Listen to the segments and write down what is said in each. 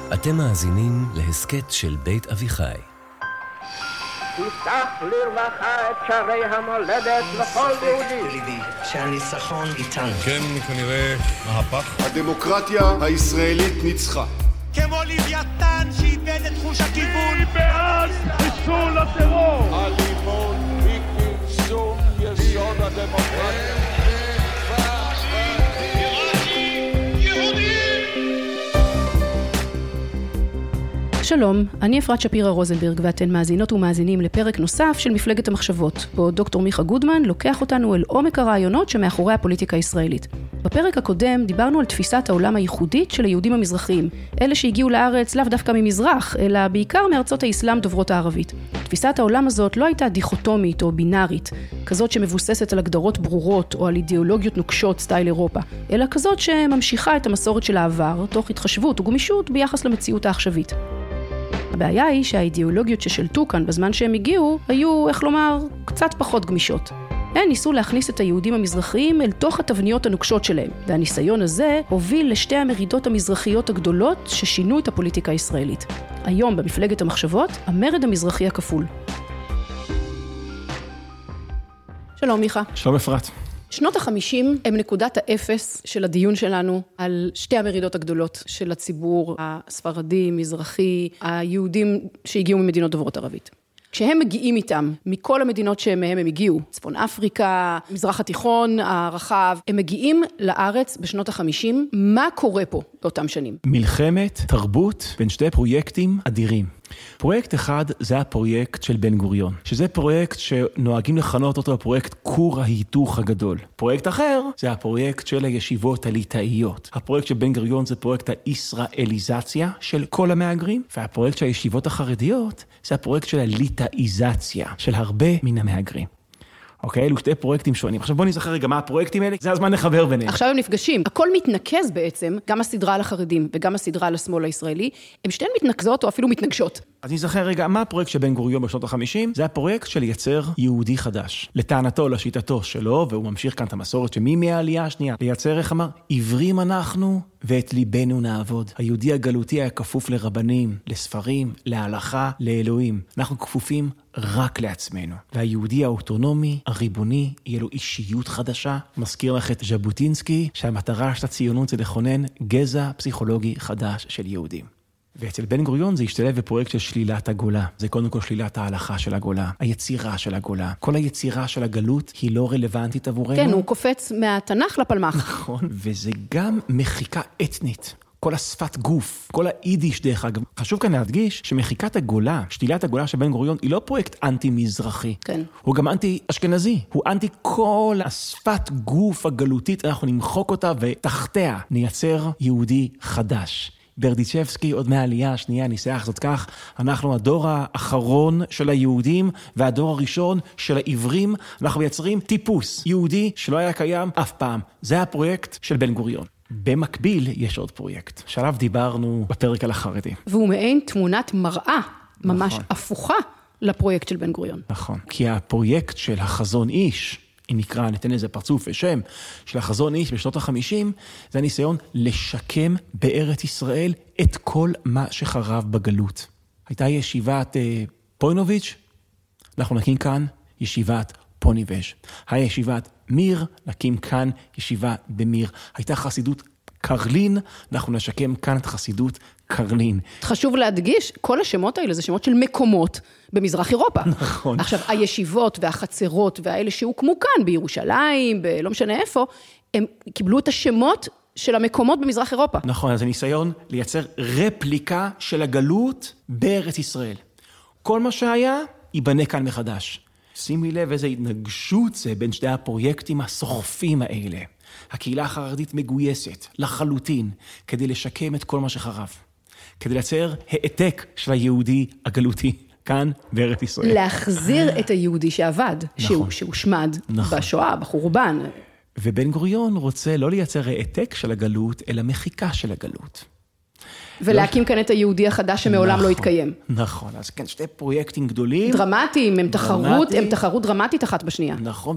אתם מאזינים להסכת של בית אביחי. תפתח לרווחה את שערי המולדת לכל יהודי. שהניצחון איתנו. כן, כנראה מהפך. הדמוקרטיה הישראלית ניצחה. כמו לוויתן שאיבד את חוש הכיוון. בעד חיסול הטרור. הלימון היא כרסום יסוד הדמוקרטיה. שלום, אני אפרת שפירא רוזנברג ואתן מאזינות ומאזינים לפרק נוסף של מפלגת המחשבות, בו דוקטור מיכה גודמן לוקח אותנו אל עומק הרעיונות שמאחורי הפוליטיקה הישראלית. בפרק הקודם דיברנו על תפיסת העולם הייחודית של היהודים המזרחיים, אלה שהגיעו לארץ לאו דווקא ממזרח, אלא בעיקר מארצות האסלאם דוברות הערבית. תפיסת העולם הזאת לא הייתה דיכוטומית או בינארית, כזאת שמבוססת על הגדרות ברורות או על אידיאולוגיות נוקשות סטייל אירופה, אלא כזאת שממשיכה את המסורת של העבר, תוך התחשבות וגמישות ביחס למציאות העכשווית. הבעיה היא שהאידיאולוגיות ששלטו כאן בזמן שהם הגיעו, היו, איך לומר, קצת פחות גמישות. הן ניסו להכניס את היהודים המזרחיים אל תוך התבניות הנוקשות שלהם, והניסיון הזה הוביל לשתי המרידות המזרחיות הגדולות ששינו את הפוליטיקה הישראלית. היום במפלגת המחשבות, המרד המזרחי הכפול. שלום מיכה. שלום אפרת. שנות ה-50 הם נקודת האפס של הדיון שלנו על שתי המרידות הגדולות של הציבור הספרדי, מזרחי, היהודים שהגיעו ממדינות דוברות ערבית. כשהם מגיעים איתם, מכל המדינות שמהם הם הגיעו, צפון אפריקה, מזרח התיכון, הרחב, הם מגיעים לארץ בשנות ה-50, מה קורה פה באותם שנים? מלחמת תרבות בין שתי פרויקטים אדירים. פרויקט אחד זה הפרויקט של בן גוריון, שזה פרויקט שנוהגים לכנות אותו הפרויקט כור ההיתוך הגדול. פרויקט אחר זה הפרויקט של הישיבות הליטאיות. הפרויקט של בן גוריון זה פרויקט הישראליזציה של כל המהגרים, והפרויקט של הישיבות החרדיות זה הפרויקט של הליטאיזציה של הרבה מן המהגרים. אוקיי, אלו שתי פרויקטים שונים. עכשיו בוא נזכר רגע מה הפרויקטים האלה, זה הזמן לחבר ביניהם. עכשיו הם נפגשים. הכל מתנקז בעצם, גם הסדרה על החרדים וגם הסדרה על השמאל הישראלי, הם שתיהן מתנקזות או אפילו מתנגשות. אז נזכר רגע, מה הפרויקט של בן גוריון בשנות ה-50? זה הפרויקט של לייצר יהודי חדש. לטענתו, לשיטתו שלו, והוא ממשיך כאן את המסורת שמי העלייה השנייה, לייצר, איך אמר, עברים אנחנו ואת ליבנו נעבוד. היהודי הגלותי היה כפוף לרבנים, לספרים, להלכה, לאלוהים. אנחנו כפופים רק לעצמנו. והיהודי האוטונומי, הריבוני, יהיה לו אישיות חדשה. מזכיר לך את ז'בוטינסקי, שהמטרה של הציונות זה לכונן גזע פסיכולוגי חדש של יהודים. ואצל בן גוריון זה השתלב בפרויקט של שלילת הגולה. זה קודם כל שלילת ההלכה של הגולה, היצירה של הגולה. כל היצירה של הגלות היא לא רלוונטית עבורנו. כן, הוא קופץ מהתנ"ך לפלמ"ח. נכון, וזה גם מחיקה אתנית. כל השפת גוף, כל האידיש דרך אגב. חשוב כאן להדגיש שמחיקת הגולה, שלילת הגולה של בן גוריון, היא לא פרויקט אנטי-מזרחי. כן. הוא גם אנטי-אשכנזי. הוא אנטי כל השפת גוף הגלותית, אנחנו נמחוק אותה ותחתיה נייצר יהודי חדש. ברדיצ'בסקי עוד מהעלייה השנייה ניסח זאת כך, אנחנו הדור האחרון של היהודים והדור הראשון של העברים, אנחנו מייצרים טיפוס יהודי שלא היה קיים אף פעם. זה הפרויקט של בן גוריון. במקביל יש עוד פרויקט, שעליו דיברנו בפרק על החרדים. והוא מעין תמונת מראה, ממש נכון. הפוכה לפרויקט של בן גוריון. נכון, כי הפרויקט של החזון איש, אם נקרא, ניתן איזה פרצוף ושם, של החזון איש בשנות ה-50, זה הניסיון לשקם בארץ ישראל את כל מה שחרב בגלות. הייתה ישיבת פוינוביץ', אנחנו נקים כאן ישיבת פוניבז'. הישיבת מיר, נקים כאן ישיבה במיר. הייתה חסידות קרלין, אנחנו נשקם כאן את חסידות קרלין. חשוב להדגיש, כל השמות האלה זה שמות של מקומות במזרח אירופה. נכון. עכשיו, הישיבות והחצרות והאלה שהוקמו כאן, בירושלים, לא משנה איפה, הם קיבלו את השמות של המקומות במזרח אירופה. נכון, אז הניסיון לייצר רפליקה של הגלות בארץ ישראל. כל מה שהיה, ייבנה כאן מחדש. שימי לב איזו התנגשות זה בין שתי הפרויקטים הסוחפים האלה. הקהילה החרדית מגויסת לחלוטין כדי לשקם את כל מה שחרב. כדי לייצר העתק של היהודי הגלותי כאן בארץ ישראל. להחזיר את היהודי שעבד, נכון. שהושמד נכון. בשואה, בחורבן. ובן גוריון רוצה לא לייצר העתק של הגלות, אלא מחיקה של הגלות. ולהקים כאן את היהודי החדש שמעולם לא התקיים. נכון, אז כן, שתי פרויקטים גדולים. דרמטיים, הם תחרות דרמטית אחת בשנייה. נכון,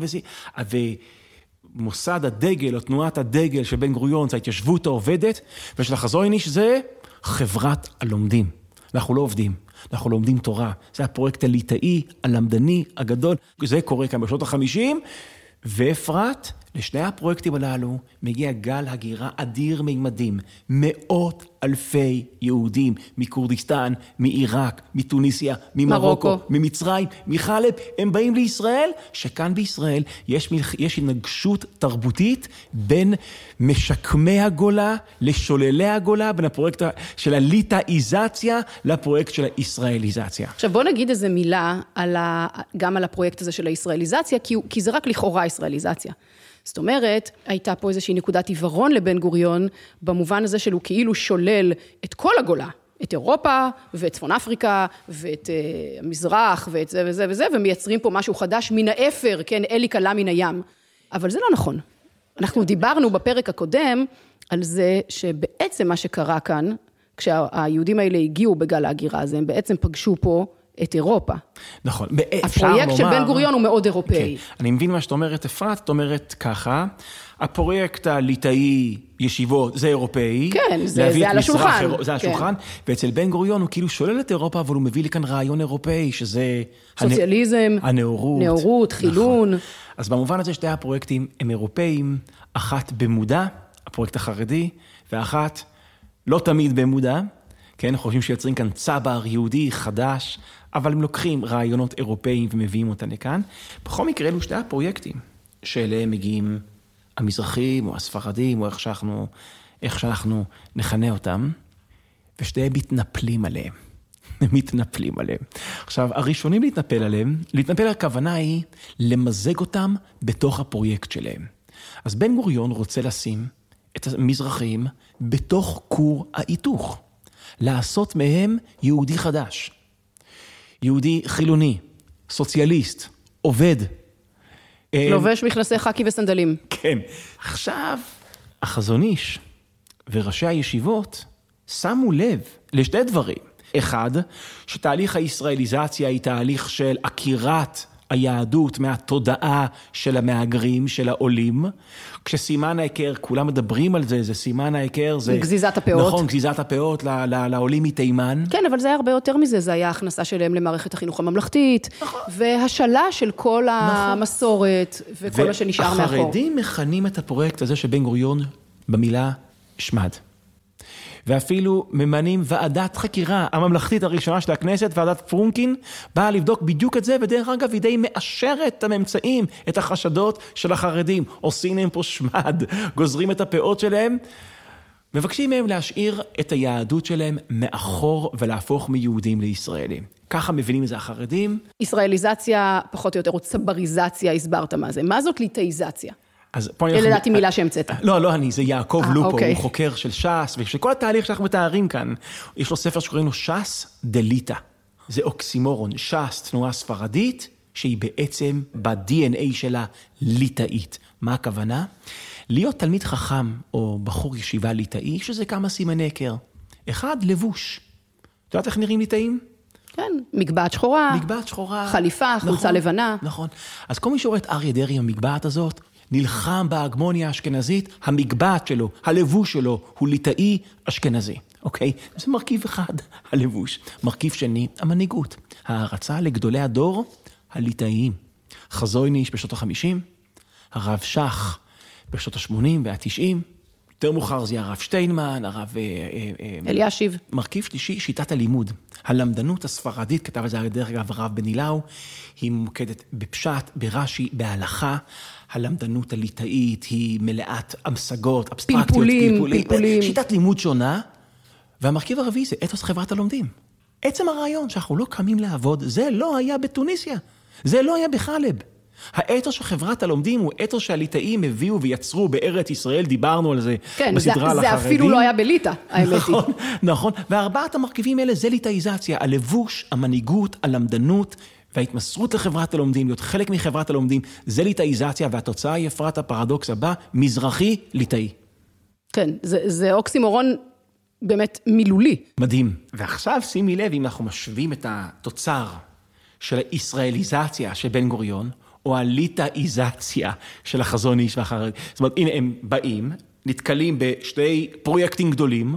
ומוסד הדגל, או תנועת הדגל של בן גוריון, זה ההתיישבות העובדת, ושל החזון איש זה חברת הלומדים. אנחנו לא עובדים, אנחנו לומדים תורה. זה הפרויקט הליטאי, הלמדני, הגדול. זה קורה כאן בשנות ה-50, ואפרת, לשני הפרויקטים הללו, מגיע גל הגירה אדיר מימדים. מאות אלפי יהודים מכורדיסטן, מעיראק, מתוניסיה, ממרוקו, ממצרים, מחלב, הם באים לישראל, שכאן בישראל יש התנגשות תרבותית בין משקמי הגולה לשוללי הגולה, בין הפרויקט של הליטאיזציה לפרויקט של הישראליזציה. עכשיו בוא נגיד איזה מילה גם על הפרויקט הזה של הישראליזציה, כי זה רק לכאורה ישראליזציה. זאת אומרת, הייתה פה איזושהי נקודת עיוורון לבן גוריון, במובן הזה שהוא כאילו שולל את כל הגולה, את אירופה ואת צפון אפריקה ואת המזרח ואת זה וזה וזה, ומייצרים פה משהו חדש מן האפר, כן, אלי קלה מן הים. אבל זה לא נכון. אנחנו דיברנו בפרק הקודם על זה שבעצם מה שקרה כאן, כשהיהודים האלה הגיעו בגל ההגירה הזה, הם בעצם פגשו פה את אירופה. נכון. הפרויקט של בן גוריון הוא מאוד אירופאי. כן. אני מבין מה שאת אומרת, אפרת, את אומרת ככה, הפרויקט הליטאי ישיבות, זה אירופאי. כן, זה על השולחן. זה על השולחן, ואצל בן גוריון הוא כאילו שולל את אירופה, אבל הוא מביא לי כאן רעיון אירופאי, שזה סוציאליזם, נאורות, חילון. נכון. אז במובן הזה שתי הפרויקטים הם אירופאים, אחת במודע, הפרויקט החרדי, ואחת לא תמיד במודע, כן, חושבים שיוצרים כאן צבר יהודי חדש, אבל הם לוקחים רעיונות אירופאים ומביאים אותם לכאן. בכל מקרה, אלו שתי הפרויקטים שאליהם מגיעים המזרחים או הספרדים, או איך שאנחנו נכנה אותם, ושתיהם מתנפלים עליהם. הם מתנפלים עליהם. עכשיו, הראשונים להתנפל הכוונה היא למזג אותם בתוך הפרויקט שלהם. אז בן גוריון רוצה לשים את המזרחים בתוך כור ההיתוך. לעשות מהם יהודי חדש. יהודי חילוני, סוציאליסט, עובד. לובש מכנסי חקי וסנדלים. כן. עכשיו, החזון איש וראשי הישיבות שמו לב לשתי דברים. אחד, שתהליך הישראליזציה היא תהליך של עקירת היהדות מהתודעה של המהגרים, של העולים. כשסימן ההיכר, כולם מדברים על זה, זה סימן ההיכר, זה גזיזת הפאות. נכון, גזיזת הפאות לעולים מתימן. כן, אבל זה היה הרבה יותר מזה, זה היה הכנסה שלהם למערכת החינוך הממלכתית, נכון. והשאלה של כל המסורת, וכל מה שנשאר מאחור. והחרדים מכנים את הפרויקט הזה של בן גוריון במילה שמד. ואפילו ממנים ועדת חקירה הממלכתית הראשונה של הכנסת, ועדת פרונקין, באה לבדוק בדיוק את זה, ודרך אגב היא די מאשרת את הממצאים, את החשדות של החרדים. עושים להם פה שמד, גוזרים את הפאות שלהם, מבקשים מהם להשאיר את היהדות שלהם מאחור ולהפוך מיהודים לישראלים. ככה מבינים את זה החרדים. ישראליזציה פחות או יותר, או צבריזציה, הסברת מה זה. מה זאת ליטאיזציה? לדעתי מילה שהמצאת. לא, זה יעקב לופו, הוא חוקר של ש"ס, ושכל התהליך שאנחנו מתארים כאן, יש לו ספר שקוראים לו ש"ס דליטה. זה אוקסימורון, ש"ס, תנועה ספרדית, שהיא בעצם ב-DNA שלה ליטאית. מה הכוונה? להיות תלמיד חכם, או בחור ישיבה ליטאי, שזה כמה סימני היכר. אחד, לבוש. אתה יודעת איך נראים ליטאים? כן, מגבעת שחורה. חליפה, חולצה לבנה. נכון. אז כל מי שרואה את אריה דרעי עם המגבעת הזאת, נלחם בהגמוניה האשכנזית, המגבעת שלו, הלבוש שלו, הוא ליטאי אשכנזי, אוקיי? זה מרכיב אחד, הלבוש. מרכיב שני, המנהיגות. הערצה לגדולי הדור, הליטאיים. חזון איש בשנות ה-50, הרב שך בשנות ה-80 וה-90, יותר מאוחר זה הרב שטיינמן, הרב אלישיב. מרכיב שלישי, שיטת הלימוד. הלמדנות הספרדית, כתב על זה דרך אגב הרב בן אילאו, היא ממוקדת בפשט, ברש"י, בהלכה. הלמדנות הליטאית היא מלאת המשגות, אבסטרקטיות, פלפולים. שיטת לימוד שונה, והמרכיב הרביעי זה אתוס חברת הלומדים. עצם הרעיון שאנחנו לא קמים לעבוד, זה לא היה בתוניסיה, זה לא היה בחלב. האתוס של חברת הלומדים הוא אתוס שהליטאים הביאו ויצרו בארץ ישראל, דיברנו על זה בסדרה על החרדים. זה אפילו לא היה בליטא, האמת היא. נכון, וארבעת המרכיבים האלה זה ליטאיזציה, הלבוש, המנהיגות, הלמדנות, וההתמסרות לחברת הלומדים, להיות חלק מחברת הלומדים, זה ליטאיזציה, והתוצאה היא אפרת הפרדוקס הבא, מזרחי ליטאי. כן, זה אוקסימורון באמת מילולי. מדהים. ועכשיו שימי לב, אם אנחנו משווים את התוצר של הישראליזציה של בן גוריון, או הליטאיזציה של החזון איש והחרדים. זאת אומרת, הנה הם באים, נתקלים בשתי פרויקטים גדולים,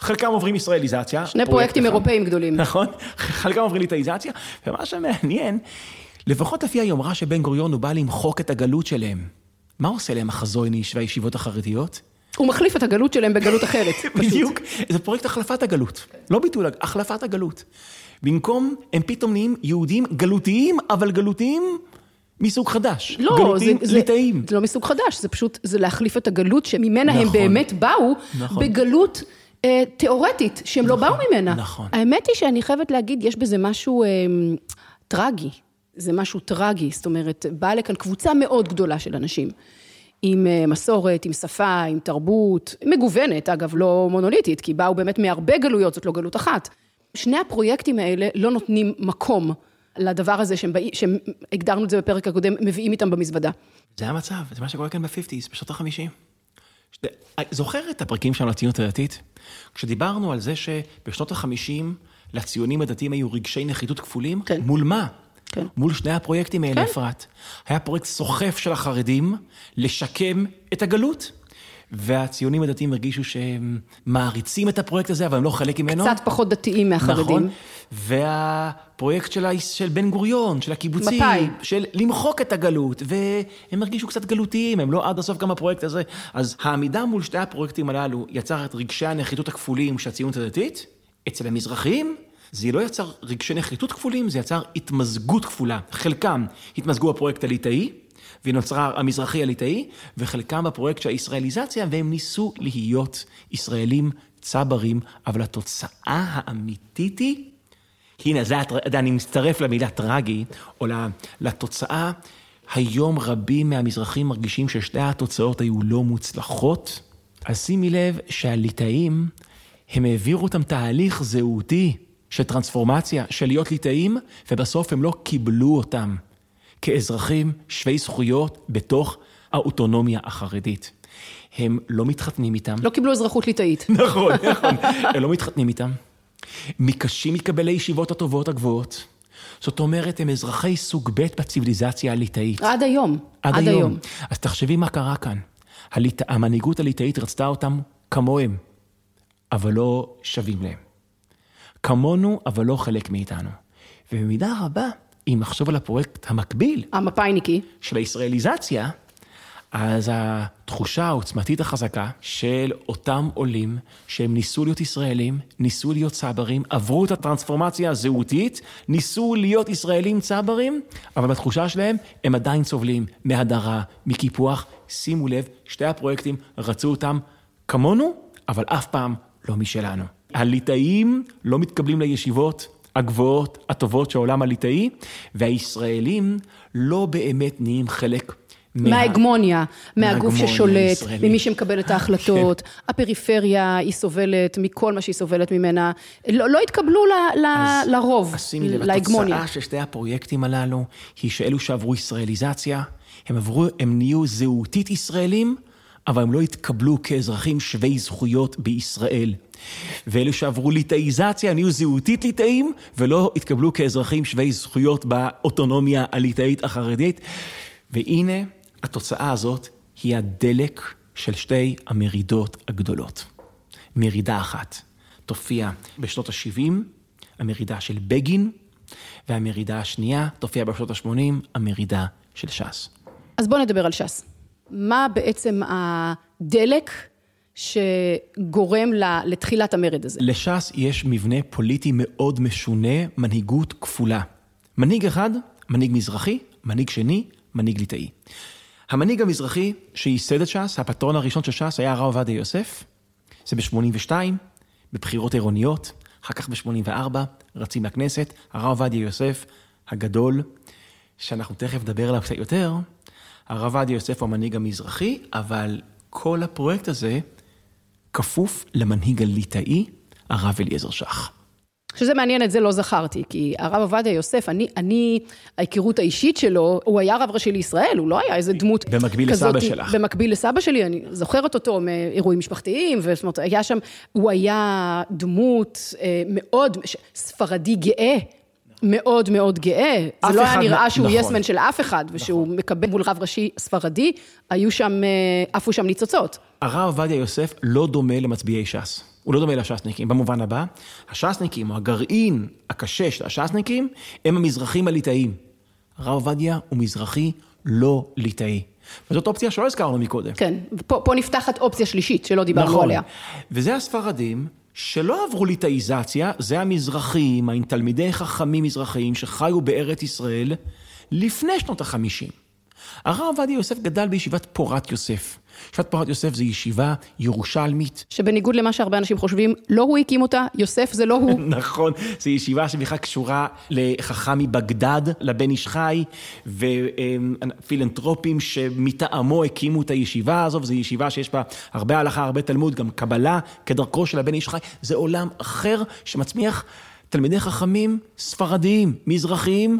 חלקם עוברים ישראליזציה. שני פרויקטים אירופאים גדולים. נכון, חלקם עוברים ליטאיזציה, ומה שמעניין, לפחות לפי היומרה שבן גוריון הוא בא למחוק את הגלות שלהם. מה עושה להם החזון איש והישיבות החרדיות? הוא מחליף את הגלות שלהם בגלות אחרת. בדיוק, זה פרויקט החלפת הגלות, לא ביטול, החלפת הגלות. במקום הם פתאום נהיים יהודים גלותיים, אבל גלותיים מסוג חדש. לא, גלותיים ליטאיים. זה לא מסוג חדש, זה פשוט, זה להחליף את הגלות שממנה הם באמת באו, בגלות תיאורטית, שהם לא באו ממנה. נכון. האמת היא שאני חייבת להגיד, יש בזה משהו טרגי. זה משהו טרגי, זאת אומרת, באה לכאן קבוצה מאוד גדולה של אנשים. עם מסורת, עם שפה, עם תרבות, מגוונת, אגב, לא מונוליטית, כי באו באמת מהרבה גלויות, זאת לא גלות אחת. שני הפרויקטים האלה לא נותנים מקום לדבר הזה שהגדרנו את זה בפרק הקודם, מביאים איתם במזוודה. זה המצב, זה מה שקורה כאן ב-50s, בשנות ה-50. זוכר את הפרקים שלנו לציונות הדתית? כשדיברנו על זה שבשנות ה-50 לציונים הדתיים היו רגשי נחיתות כפולים, כן. מול מה? כן. מול שני הפרויקטים האלה, כן. אפרת. היה פרויקט סוחף של החרדים לשקם את הגלות. והציונים הדתיים הרגישו שהם מעריצים את הפרויקט הזה, אבל הם לא חלק ממנו. קצת פחות דתיים מהחרדים. נכון. והפרויקט של בן גוריון, של הקיבוצים, של למחוק את הגלות, והם הרגישו קצת גלותיים, הם לא עד הסוף גם הפרויקט הזה. אז העמידה מול שתי הפרויקטים הללו יצר את רגשי הנחיתות הכפולים של הציונות הדתית. אצל המזרחים, זה לא יצר רגשי נחיתות כפולים, זה יצר התמזגות כפולה. חלקם התמזגו בפרויקט הליטאי, ונוצרה המזרחי הליטאי, וחלקם בפרויקט של הישראליזציה, והם ניסו להיות ישראלים צברים, אבל התוצאה האמיתית היא, הנה, אני מצטרף למילה טרגי, או לתוצאה, היום רבים מהמזרחים מרגישים ששתי התוצאות היו לא מוצלחות, אז שימי לב שהליטאים, הם העבירו אותם תהליך זהותי, של טרנספורמציה, של להיות ליטאים, ובסוף הם לא קיבלו אותם. כאזרחים שווי זכויות בתוך האוטונומיה החרדית. הם לא מתחתנים איתם. לא קיבלו אזרחות ליטאית. נכון, נכון. הם לא מתחתנים איתם. מקשים מקבלי ישיבות הטובות הגבוהות. זאת אומרת, הם אזרחי סוג ב' בציביליזציה הליטאית. עד היום. עד היום. אז תחשבי מה קרה כאן. המנהיגות הליטאית רצתה אותם כמוהם, אבל לא שווים להם. כמונו, אבל לא חלק מאיתנו. ובמידה רבה, אם נחשוב על הפרויקט המקביל, המפאיניקי, של הישראליזציה, אז התחושה העוצמתית החזקה של אותם עולים, שהם ניסו להיות ישראלים, ניסו להיות צברים, עברו את הטרנספורמציה הזהותית, ניסו להיות ישראלים צברים, אבל בתחושה שלהם הם עדיין סובלים מהדרה, מקיפוח. שימו לב, שתי הפרויקטים רצו אותם כמונו, אבל אף פעם לא משלנו. הליטאים לא מתקבלים לישיבות הגבוהות, הטובות של העולם הליטאי, והישראלים לא באמת נהיים חלק מההגמוניה, מהגוף ששולט, ממי שמקבל את ההחלטות, הפריפריה היא סובלת מכל מה שהיא סובלת ממנה, לא התקבלו לרוב, להגמוניה. התוצאה של שתי הפרויקטים הללו, היא שאלו שעברו ישראליזציה, הם נהיו זהותית ישראלים, אבל הם לא התקבלו כאזרחים שווי זכויות בישראל. ואלו שעברו ליטאיזציה, נהיו זהותית ליטאים, ולא התקבלו כאזרחים שווי זכויות באוטונומיה הליטאית החרדית. והנה, התוצאה הזאת היא הדלק של שתי המרידות הגדולות. מרידה אחת תופיע בשנות ה-70, המרידה של בגין, והמרידה השנייה תופיע בשנות ה-80, המרידה של ש"ס. אז בואו נדבר על ש"ס. מה בעצם הדלק שגורם לתחילת המרד הזה? לש"ס יש מבנה פוליטי מאוד משונה, מנהיגות כפולה. מנהיג אחד, מנהיג מזרחי, מנהיג שני, מנהיג ליטאי. המנהיג המזרחי שייסד את ש"ס, הפטרון הראשון של ש"ס היה הרב עובדיה יוסף, זה ב-82, בבחירות עירוניות, אחר כך ב-84, רצים לכנסת, הרב עובדיה יוסף הגדול, שאנחנו תכף נדבר עליו קצת יותר, הרב עובדיה יוסף הוא המנהיג המזרחי, אבל כל הפרויקט הזה כפוף למנהיג הליטאי, הרב אליעזר שך. שזה מעניין, את זה לא זכרתי, כי הרב עובדיה יוסף, ההיכרות האישית שלו, הוא היה רב ראשי לישראל, הוא לא היה איזה דמות כזאת. במקביל לסבא שלך. במקביל לסבא שלי, אני זוכרת אותו מאירועים משפחתיים, זאת אומרת, היה שם, הוא היה דמות מאוד, ספרדי גאה, מאוד מאוד גאה. זה לא היה נראה שהוא יסמן של אף אחד, ושהוא מקבל מול רב ראשי ספרדי, עפו שם ניצוצות. הרב עובדיה יוסף לא דומה למצביעי ש"ס. הוא לא דומה לש"סניקים, במובן הבא, הש"סניקים, או הגרעין הקשה של הש"סניקים, הם המזרחים הליטאיים. הרב עובדיה הוא מזרחי לא ליטאי. וזאת אופציה שלא הזכרנו מקודם. כן, פה נפתחת אופציה שלישית שלא דיברנו עליה. וזה הספרדים שלא עברו ליטאיזציה, זה המזרחים, תלמידי חכמים מזרחיים שחיו בארץ ישראל לפני שנות ה-50. הרב עובדיה יוסף גדל בישיבת פורת יוסף. ישיבת פורת יוסף זה ישיבה ירושלמית. שבניגוד למה שהרבה אנשים חושבים, לא הוא הקים אותה, יוסף זה לא הוא. נכון, זו ישיבה שבכלל קשורה לחכם מבגדד, לבן איש חי, ופילנטרופים שמטעמו הקימו את הישיבה הזו, וזו ישיבה שיש בה הרבה הלכה, הרבה תלמוד, גם קבלה, כדרכו של הבן איש חי. זה עולם אחר שמצמיח תלמידי חכמים ספרדיים, מזרחיים,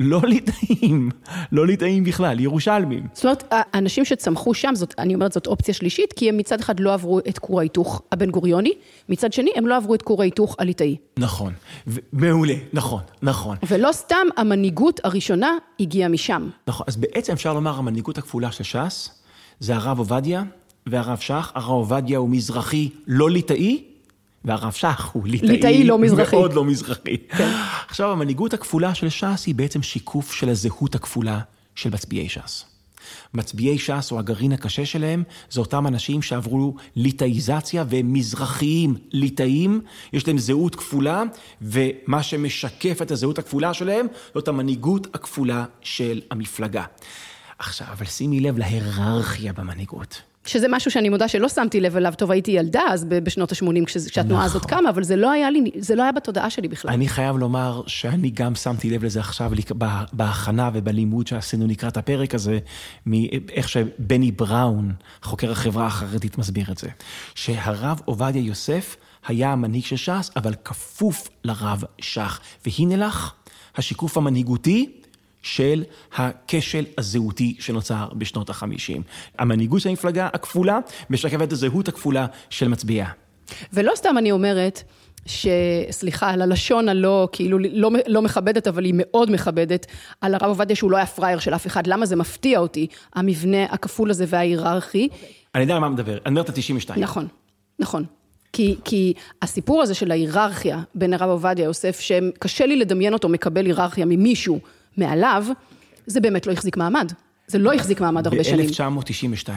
לא ליטאים בכלל, ירושלמים. זאת אומרת, האנשים שצמחו שם, אני אומרת, זאת אופציה שלישית, כי הם מצד אחד לא עברו את כור ההיתוך הבן גוריוני, מצד שני, הם לא עברו את כור ההיתוך הליטאי. נכון, מעולה, נכון. ולא סתם המנהיגות הראשונה הגיעה משם. נכון, אז בעצם אפשר לומר, המנהיגות הכפולה של ש"ס, זה הרב עובדיה והרב שך. הרב עובדיה הוא מזרחי לא ליטאי, והרב שך הוא ליטאי לא מזרחי. מאוד לא מזרחי. כן. עכשיו, המנהיגות הכפולה של ש"ס היא בעצם שיקוף של הזהות הכפולה של מצביעי ש"ס. מצביעי ש"ס או הגרעין הקשה שלהם, זה אותם אנשים שעברו ליטאיזציה והם מזרחיים ליטאים, יש להם זהות כפולה, ומה שמשקף את הזהות הכפולה שלהם, זאת המנהיגות הכפולה של המפלגה. עכשיו, אבל שימי לב להיררכיה במנהיגות. שזה משהו שאני מודה שלא שמתי לב אליו, טוב, הייתי ילדה אז בשנות ה-80 כשהתנועה הזאת קמה, אבל זה לא היה בתודעה שלי בכלל. אני חייב לומר שאני גם שמתי לב לזה עכשיו בהכנה ובלימוד שעשינו לקראת הפרק הזה, מאיך שבני בראון, חוקר החברה החרדית, מסביר את זה. שהרב עובדיה יוסף היה המנהיג של ש"ס, אבל כפוף לרב שך. והנה לך השיקוף המנהיגותי, של הכשל הזהותי שנוצר בשנות ה-50. המנהיגות של המפלגה הכפולה משקפת את הזהות הכפולה של מצביעה. ולא סתם אני אומרת סליחה, על הלשון הלא, כאילו לא מכבדת, אבל היא מאוד מכבדת, על הרב עובדיה שהוא לא היה פרייר של אף אחד. למה זה מפתיע אותי, המבנה הכפול הזה וההיררכי? אני יודע על מה מדבר, אני אומרת ה-92. נכון. כי הסיפור הזה של ההיררכיה בין הרב עובדיה יוסף, שקשה לי לדמיין אותו מקבל היררכיה ממישהו מעליו, זה באמת לא החזיק מעמד. זה לא החזיק מעמד הרבה שנים. ב-1992,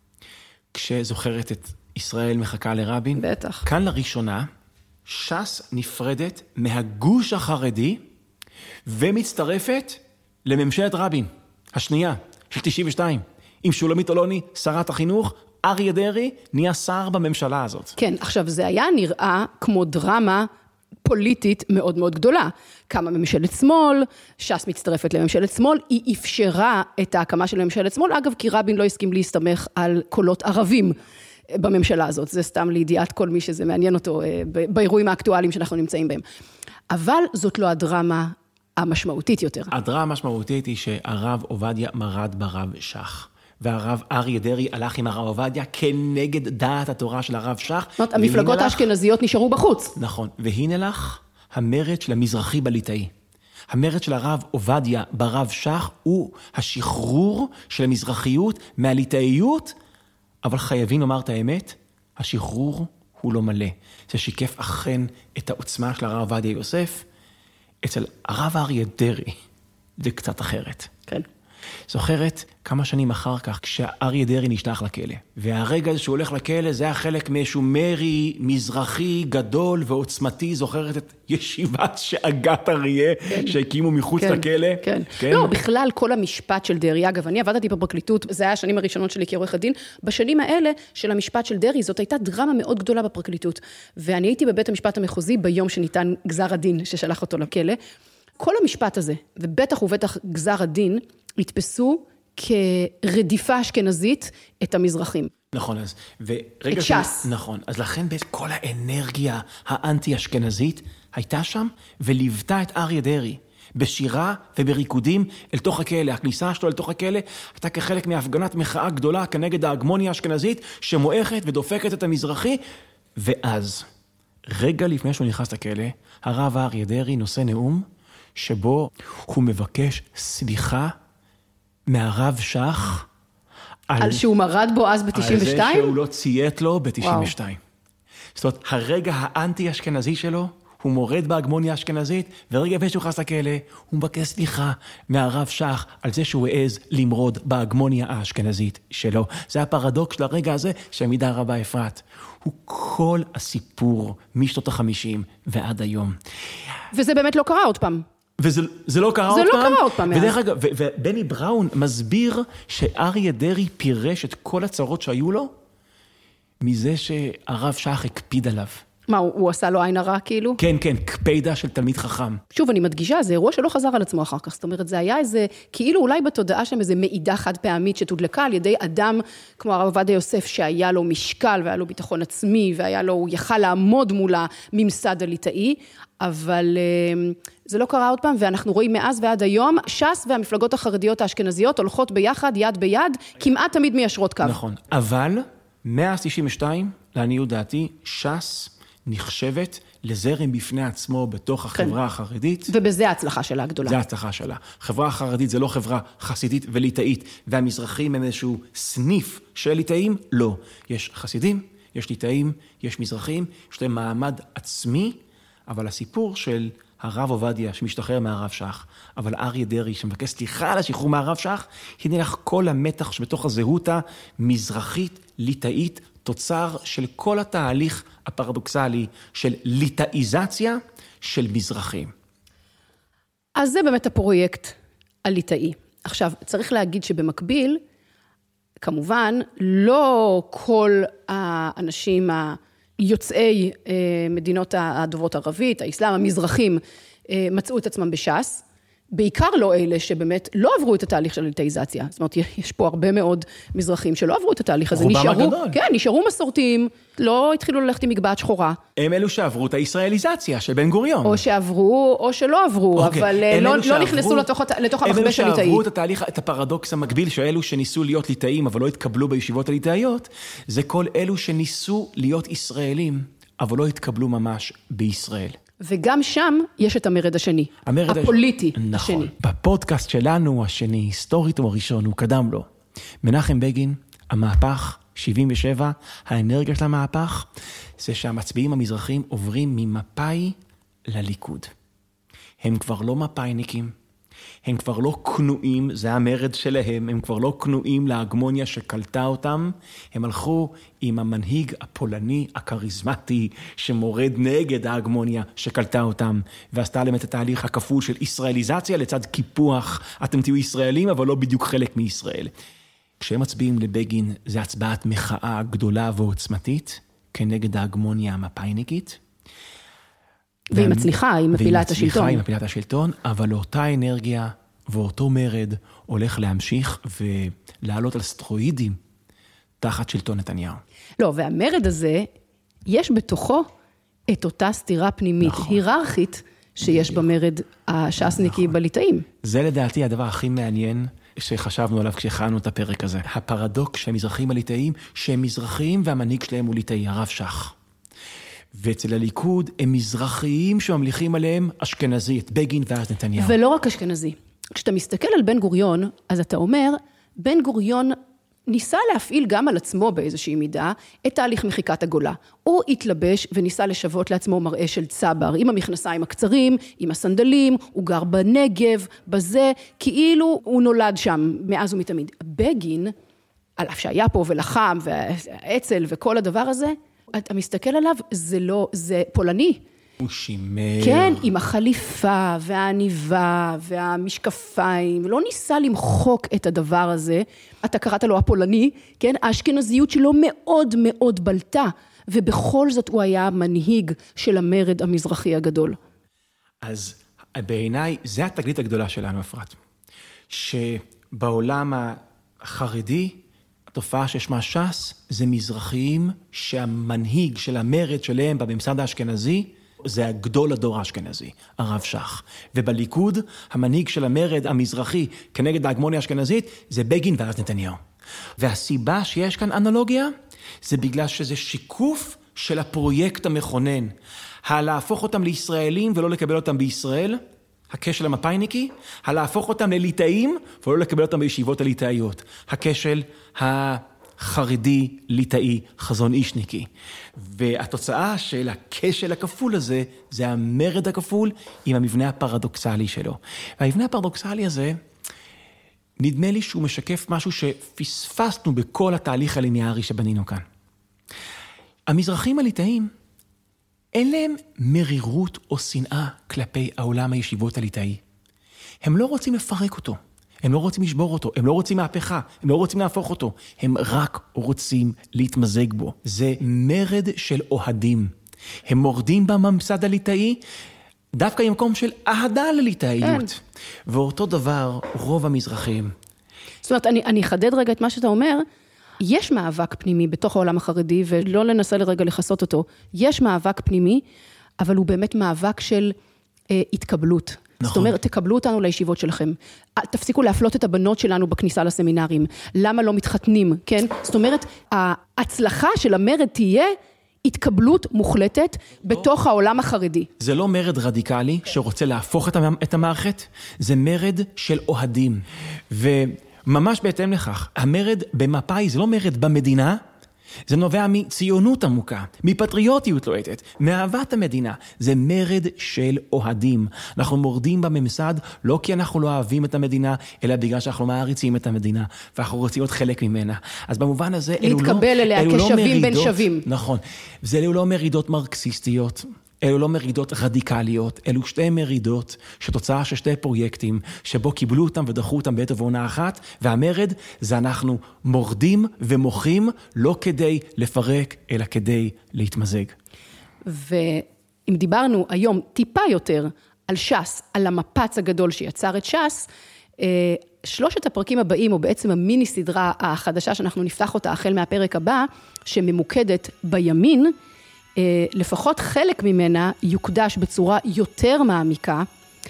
כשזוכרת את ישראל מחכה לרבין, בטח. כאן לראשונה, ש"ס נפרדת מהגוש החרדי, ומצטרפת לממשלת רבין, השנייה, של 92. עם שולמית אלוני, שרת החינוך, אריה דרעי, נהיה שר בממשלה הזאת. כן, עכשיו זה היה נראה כמו דרמה פוליטית מאוד מאוד גדולה. קמה ממשלת שמאל, ש"ס מצטרפת לממשלת שמאל, היא אפשרה את ההקמה של ממשלת שמאל, אגב, כי רבין לא הסכים להסתמך על קולות ערבים בממשלה הזאת, זה סתם לידיעת כל מי שזה מעניין אותו באירועים האקטואליים שאנחנו נמצאים בהם. אבל זאת לא הדרמה המשמעותית יותר. הדרמה המשמעותית היא שהרב עובדיה מרד ברב שך. והרב אריה דרעי הלך עם הרב עובדיה כנגד דעת התורה של הרב שך. זאת אומרת, המפלגות האשכנזיות נשארו בחוץ. נכון, והנה לך המרד של המזרחי בליטאי. המרד של הרב עובדיה ברב שך הוא השחרור של המזרחיות מהליטאיות, אבל חייבים לומר את האמת, השחרור הוא לא מלא. זה שיקף אכן את העוצמה של הרב עובדיה יוסף. אצל הרב אריה דרעי זה קצת אחרת. כן. זוכרת כמה שנים אחר כך, כשאריה דרעי נשלח לכלא. והרגע הזה שהוא הולך לכלא, זה היה חלק מאיזשהו מרי מזרחי גדול ועוצמתי. זוכרת את ישיבת שאגת אריה, שהקימו מחוץ לכלא? כן. לא, בכלל כל המשפט של דרעי, אגב, אני עבדתי בפרקליטות, זה היה השנים הראשונות שלי כעורך הדין, בשנים האלה של המשפט של דרעי, זאת הייתה דרמה מאוד גדולה בפרקליטות. ואני הייתי בבית המשפט המחוזי ביום שניתן גזר הדין ששלח אותו לכלא. כל המשפט הזה, ובטח ובטח גזר הדין, התפסו כרדיפה אשכנזית את המזרחים. נכון, אז את ש"ס. נכון, אז לכן כל האנרגיה האנטי-אשכנזית הייתה שם, וליוותה את אריה דרעי בשירה ובריקודים אל תוך הכלא. הכניסה שלו אל תוך הכלא הייתה כחלק מהפגנת מחאה גדולה כנגד ההגמוניה האשכנזית, שמואכת ודופקת את המזרחי, ואז, רגע לפני שהוא נכנס לכלא, הרב אריה דרעי נושא נאום, שבו הוא מבקש סליחה מהרב שך על שהוא מרד בו אז ב-92? על זה שהוא לא ציית לו ב-92. זאת אומרת, הרגע האנטי-אשכנזי שלו, הוא מורד בהגמוניה האשכנזית, ורגע לפני שהוא נכנס לכלא, הוא מבקש סליחה מהרב שך על זה שהוא העז למרוד בהגמוניה האשכנזית שלו. זה הפרדוקס של הרגע הזה שהעמידה הרבה אפרת. הוא כל הסיפור משנות ה-50 ועד היום. וזה באמת לא קרה עוד פעם. וזה לא קרה עוד פעם. זה לא קרה עוד פעם. ודרך אגב, ובני בראון מסביר שאריה דרעי פירש את כל הצרות שהיו לו, מזה שהרב שך הקפיד עליו. מה, הוא עשה לו עין הרע כאילו? כן, כן, קפידה של תלמיד חכם. שוב, אני מדגישה, זה אירוע שלא חזר על עצמו אחר כך. זאת אומרת, זה היה איזה, כאילו אולי בתודעה שם איזה מעידה חד פעמית שתודלקה על ידי אדם כמו הרב עובדיה יוסף, שהיה לו משקל והיה לו ביטחון עצמי, והיה לו, הוא יכל לעמוד מול הממסד הליטאי, אבל זה לא קרה עוד פעם, ואנחנו רואים מאז ועד היום, ש"ס והמפלגות החרדיות האשכנזיות הולכות ביחד, יד ביד, כמעט תמיד מיישרות קו. נכון, אבל 192, לעניות דעתי, ש"ס נחשבת לזרם בפני עצמו בתוך החברה החרדית. ובזה ההצלחה שלה הגדולה. זה ההצלחה שלה. חברה החרדית זה לא חברה חסידית וליטאית, והמזרחים הם איזשהו סניף של ליטאים? לא. יש חסידים, יש ליטאים, יש מזרחים, יש להם מעמד עצמי, אבל הסיפור של הרב עובדיה שמשתחרר מהרב שך, אבל אריה דרעי שמבקש סליחה על השחרור מהרב שך, הנה לך כל המתח שבתוך הזהות המזרחית, ליטאית, תוצר של כל התהליך הפרדוקסלי של ליטאיזציה של מזרחים. אז זה באמת הפרויקט הליטאי. עכשיו, צריך להגיד שבמקביל, כמובן, לא כל האנשים היוצאי מדינות הדוברות ערבית, האסלאם, המזרחים, מצאו את עצמם בש"ס, בעיקר לא אלה שבאמת לא עברו את התהליך של הליטאיזציה. זאת אומרת, יש פה הרבה מאוד מזרחים שלא עברו את התהליך הזה. רובם הגדול. כן, נשארו מסורתיים, לא התחילו ללכת עם מגבעת שחורה. הם אלו שעברו את הישראליזציה של בן גוריון. או שעברו, או שלא עברו, אבל לא נכנסו לתוך המחבש הליטאי. הליטאי. שעברו את התהליך, את הפרדוקס המקביל, שאלו שניסו להיות ליטאים, אבל לא התקבלו בישיבות הליטאיות, זה כל אלו שניסו להיות ישראלים, אבל לא התקבלו ממש בישראל. וגם שם יש את המרד השני, הפוליטי השני. נכון, בפודקאסט שלנו השני, היסטורית הוא הראשון, הוא קדם לו. מנחם בגין, המהפך, 77, האנרגיה של המהפך, זה שהמצביעים המזרחים עוברים ממפאי לליכוד. הם כבר לא מפאיניקים, הם כבר לא כנועים, זה המרד שלהם, הם כבר לא כנועים להגמוניה שקלטה אותם, הם הלכו עם המנהיג הפולני, הקריזמטי, שמורד נגד ההגמוניה שקלטה אותם, ועשתה להם את התהליך הכפול של ישראליזציה לצד קיפוח, אתם תהיו ישראלים, אבל לא בדיוק חלק מישראל. כשהם מצביעים לבגין, זה הצבעת מחאה גדולה ועוצמתית, כנגד ההגמוניה המפאיניקית, והיא מצליחה, היא מפילה את השלטון. היא מפילה את השלטון, אבל לאותה אנרגיה ואותו מרד הולך להמשיך ולעלות על סטרואידים תחת שלטון נתניהו. לא, והמרד הזה, יש בתוכו את אותה סתירה פנימית, היררכית, שיש במרד הש"סניקי בליטאים. זה לדעתי הדבר הכי מעניין שחשבנו עליו כשהכנו את הפרק הזה. הפרדוקס שהמזרחים הליטאים, שהם מזרחים והמנהיג שלהם הוא ליטאי, הרב שך. ואצל הליכוד הם מזרחיים שממליכים עליהם אשכנזית, בגין ואז נתניהו. ולא רק אשכנזי. כשאתה מסתכל על בן גוריון, אז אתה אומר, בן גוריון ניסה להפעיל גם על עצמו באיזושהי מידה את תהליך מחיקת הגולה. הוא התלבש וניסה לשוות לעצמו מראה של צבר, עם המכנסיים הקצרים, עם הסנדלים, הוא גר בנגב, בזה, כאילו הוא נולד שם מאז ומתמיד. בגין, על אף שהיה פה ולחם והאצ"ל וכל הדבר הזה, אתה מסתכל עליו, זה פולני. הוא שימר. כן, עם החליפה והעניבה והמשקפיים, לא ניסה למחוק את הדבר הזה, אתה קראת לו הפולני, כן? האשכנזיות שלו מאוד מאוד בלטה, ובכל זאת הוא היה מנהיג של המרד המזרחי הגדול. אז בעיניי, זה התגלית הגדולה שלנו, אפרת. שבעולם החרדי, התופעה ששמה ש"ס, זה מזרחיים שהמנהיג של המרד שלהם בממסד האשכנזי, זה הגדול הדור האשכנזי, הרב שך. ובליכוד, המנהיג של המרד המזרחי כנגד ההגמוניה האשכנזית, זה בגין ואז נתניהו. והסיבה שיש כאן אנלוגיה, זה בגלל שזה שיקוף של הפרויקט המכונן. להפוך אותם לישראלים ולא לקבל אותם בישראל, הכשל המפאיניקי, להפוך אותם לליטאים ולא לקבל אותם בישיבות הליטאיות. הכשל חרדי, ליטאי, חזון אישניקי. והתוצאה של הכשל הכפול הזה, זה המרד הכפול עם המבנה הפרדוקסלי שלו. והמבנה הפרדוקסלי הזה, נדמה לי שהוא משקף משהו שפספסנו בכל התהליך הליניארי שבנינו כאן. המזרחים הליטאים, אין להם מרירות או שנאה כלפי העולם הישיבות הליטאי. הם לא רוצים לפרק אותו, הם לא רוצים לשבור אותו, הם לא רוצים מהפכה, הם לא רוצים להפוך אותו, הם רק רוצים להתמזג בו. זה מרד של אוהדים. הם מורדים בממסד הליטאי, דווקא במקום של אהדה לליטאיות. ואותו דבר רוב המזרחים. זאת אומרת, אני אחדד רגע את מה שאתה אומר, יש מאבק פנימי בתוך העולם החרדי, ולא לנסה לרגע לחסות אותו, יש מאבק פנימי, אבל הוא באמת מאבק של התקבלות. נכון. זאת אומרת, תקבלו אותנו לישיבות שלכם. תפסיקו להפלות את הבנות שלנו בכניסה לסמינרים. למה לא מתחתנים, כן? זאת אומרת, ההצלחה של המרד תהיה התקבלות מוחלטת בתוך העולם החרדי. זה לא מרד רדיקלי שרוצה להפוך את המערכת, זה מרד של אוהדים. וממש בהתאם לכך, המרד במפאי זה לא מרד במדינה, זה נובע מציונות עמוקה, מפטריוטיות לוהטת, מאהבת המדינה. זה מרד של אוהדים. אנחנו מורדים בממסד לא כי אנחנו לא אוהבים את המדינה, אלא בגלל שאנחנו מעריצים את המדינה, ואנחנו רוצים להיות חלק ממנה. אז במובן הזה, להתקבל אליה כשווים בין שווים. נכון. זה לא מרידות מרקסיסטיות, אלו לא מרידות רדיקליות, אלו שתי מרידות שתוצאה של שתי פרויקטים, שבו קיבלו אותם ודחו אותם בעת ובעונה אחת, והמרד זה אנחנו מורדים ומוחים, לא כדי לפרק, אלא כדי להתמזג. ואם דיברנו היום טיפה יותר על ש"ס, על המפץ הגדול שיצר את ש"ס, שלושת הפרקים הבאים, או בעצם המיני סדרה החדשה שאנחנו נפתח אותה החל מהפרק הבא, שממוקדת בימין, לפחות חלק ממנה יוקדש בצורה יותר מעמיקה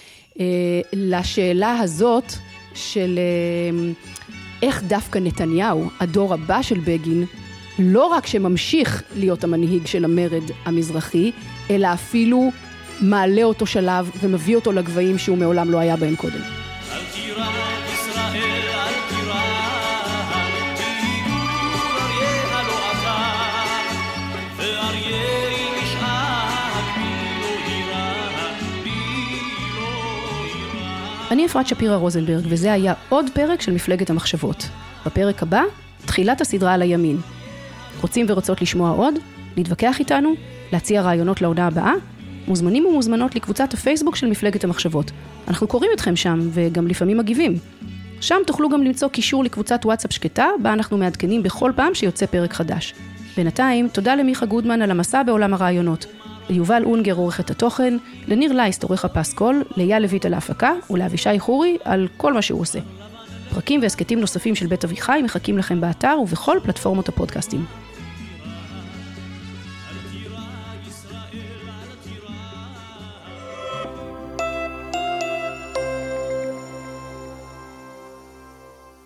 לשאלה הזאת של איך דווקא נתניהו, הדור הבא של בגין, לא רק שממשיך להיות המנהיג של המרד המזרחי, אלא אפילו מעלה אותו שלב ומביא אותו לגבהים שהוא מעולם לא היה בהם קודם. אני אפרת שפירא רוזנברג, וזה היה עוד פרק של מפלגת המחשבות. בפרק הבא, תחילת הסדרה על הימין. רוצים ורוצות לשמוע עוד? להתווכח איתנו? להציע רעיונות לעונה הבאה? מוזמנים ומוזמנות לקבוצת הפייסבוק של מפלגת המחשבות. אנחנו קוראים אתכם שם, וגם לפעמים מגיבים. שם תוכלו גם למצוא קישור לקבוצת וואטסאפ שקטה, בה אנחנו מעדכנים בכל פעם שיוצא פרק חדש. בינתיים, תודה למיכה גודמן על המסע בעולם הרעיונות. ליובל אונגר עורך את התוכן, לניר לייסט עורך הפסקול, לאייל לויט על ההפקה ולאבישי חורי על כל מה שהוא עושה. פרקים והסקטים נוספים של בית אביחי מחכים לכם באתר ובכל פלטפורמות הפודקאסטים.